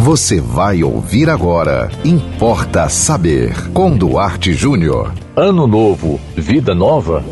Você vai ouvir agora Importa Saber, com Duarte Júnior. Ano novo, vida nova?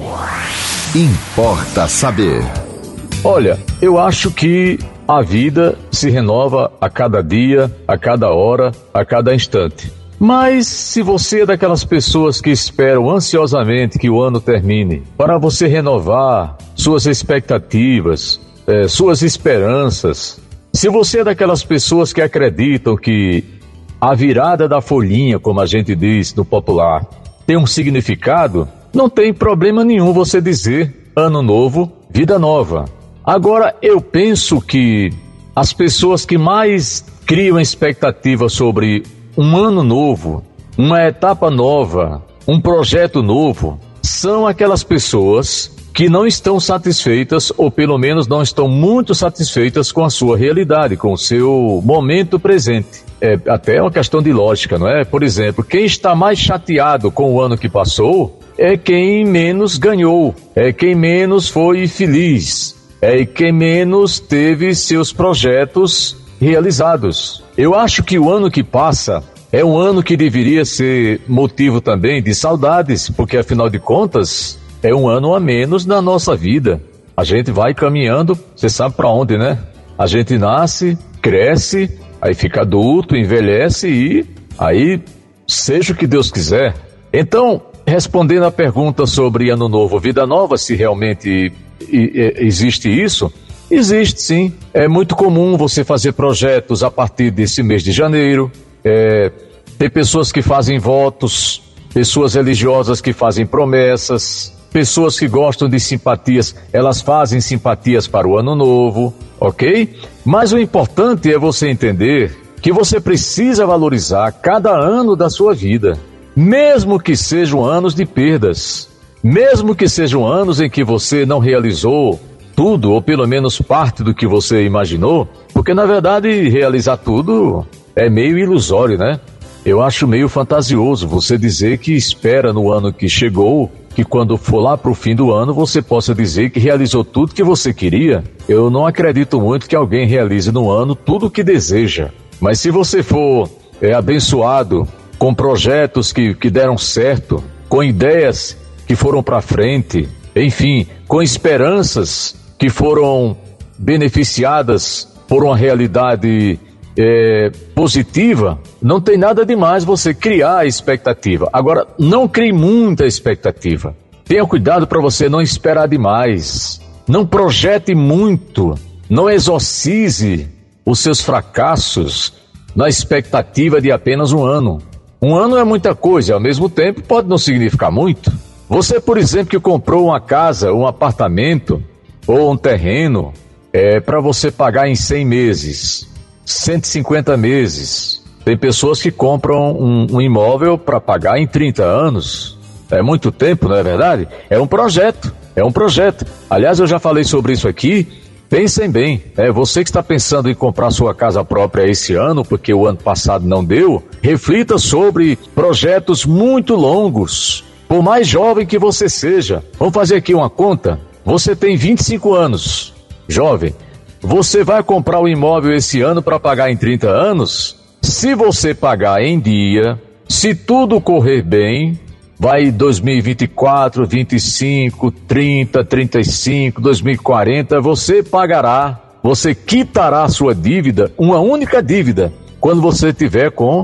Importa Saber. Olha, eu acho que a vida se renova a cada dia, a cada hora, a cada instante. Mas se você é daquelas pessoas que esperam ansiosamente que o ano termine para você renovar suas expectativas, suas esperanças, se você é daquelas pessoas que acreditam que a virada da folhinha, como a gente diz no popular, tem um significado, não tem problema nenhum você dizer ano novo, vida nova. Agora, eu penso que as pessoas que mais criam expectativa sobre um ano novo, uma etapa nova, um projeto novo, são aquelas pessoas que não estão satisfeitas, ou pelo menos não estão muito satisfeitas com a sua realidade, com o seu momento presente. É até uma questão de lógica, não é? Por exemplo, quem está mais chateado com o ano que passou é quem menos ganhou, é quem menos foi feliz, é quem menos teve seus projetos realizados. Eu acho que o ano que passa é um ano que deveria ser motivo também de saudades, porque afinal de contas é um ano a menos na nossa vida. A gente vai caminhando, você sabe para onde, né? A gente nasce, cresce, aí fica adulto, envelhece e aí seja o que Deus quiser. Então, respondendo à pergunta sobre ano novo, vida nova, se realmente existe isso, existe sim. É muito comum você fazer projetos a partir desse mês de janeiro. Tem pessoas que fazem votos, pessoas religiosas que fazem promessas, pessoas que gostam de simpatias, elas fazem simpatias para o ano novo, ok? Mas o importante é você entender que você precisa valorizar cada ano da sua vida, mesmo que sejam anos de perdas, mesmo que sejam anos em que você não realizou tudo, ou pelo menos parte do que você imaginou, porque na verdade realizar tudo é meio ilusório, né? Eu acho meio fantasioso você dizer que espera no ano que chegou, que quando for lá para o fim do ano você possa dizer que realizou tudo que você queria. Eu não acredito muito que alguém realize no ano tudo o que deseja. Mas se você for abençoado com projetos que deram certo, com ideias que foram para frente, enfim, com esperanças que foram beneficiadas por uma realidade positiva, não tem nada demais você criar a expectativa. Agora, não crie muita expectativa. Tenha cuidado para você não esperar demais. Não projete muito. Não exorcize os seus fracassos na expectativa de apenas um ano. Um ano é muita coisa, ao mesmo tempo pode não significar muito. Você, por exemplo, que comprou uma casa, um apartamento ou um terreno, para você pagar em 100 meses. 150 meses. Tem pessoas que compram um imóvel para pagar em 30 anos. É muito tempo, não é verdade? É um projeto. Aliás, eu já falei sobre isso aqui. Pensem bem, você que está pensando em comprar sua casa própria esse ano, porque o ano passado não deu, reflita sobre projetos muito longos, por mais jovem que você seja. Vamos fazer aqui uma conta. Você tem 25 anos, jovem. Você vai comprar o imóvel esse ano para pagar em 30 anos? Se você pagar em dia, se tudo correr bem, vai 2024, 25, 30, 35, 2040, você pagará, você quitará a sua dívida, uma única dívida, quando você tiver com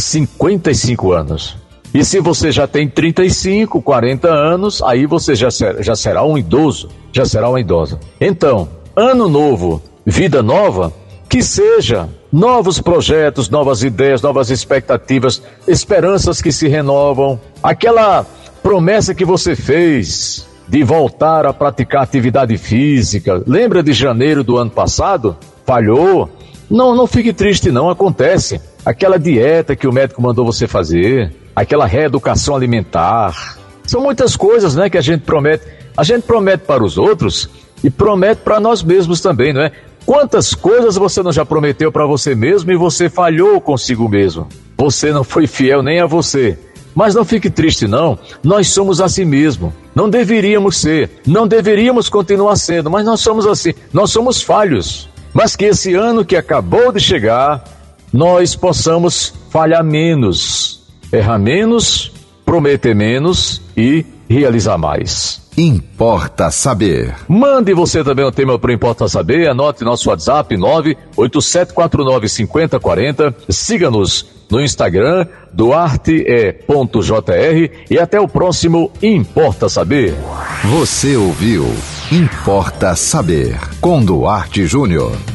55 anos. E se você já tem 35, 40 anos, aí você já será um idoso, já será uma idosa. Então, ano novo, vida nova, que seja novos projetos, novas ideias, novas expectativas, esperanças que se renovam. Aquela promessa que você fez de voltar a praticar atividade física, lembra de janeiro do ano passado? Falhou? Não fique triste não, acontece. Aquela dieta que o médico mandou você fazer, aquela reeducação alimentar. São muitas coisas, né, que a gente promete. A gente promete para os outros e promete para nós mesmos também, não é? Quantas coisas você não já prometeu para você mesmo e você falhou consigo mesmo? Você não foi fiel nem a você. Mas não fique triste não, nós somos assim mesmo. Não deveríamos ser, não deveríamos continuar sendo, mas nós somos assim, nós somos falhos. Mas que esse ano que acabou de chegar nós possamos falhar menos, errar menos, prometer menos e realizar mais. Importa Saber. Mande você também o tema para Importa Saber. Anote nosso WhatsApp 987495040. Siga-nos no Instagram duarte.jr e até o próximo Importa Saber. Você ouviu Importa Saber com Duarte Júnior.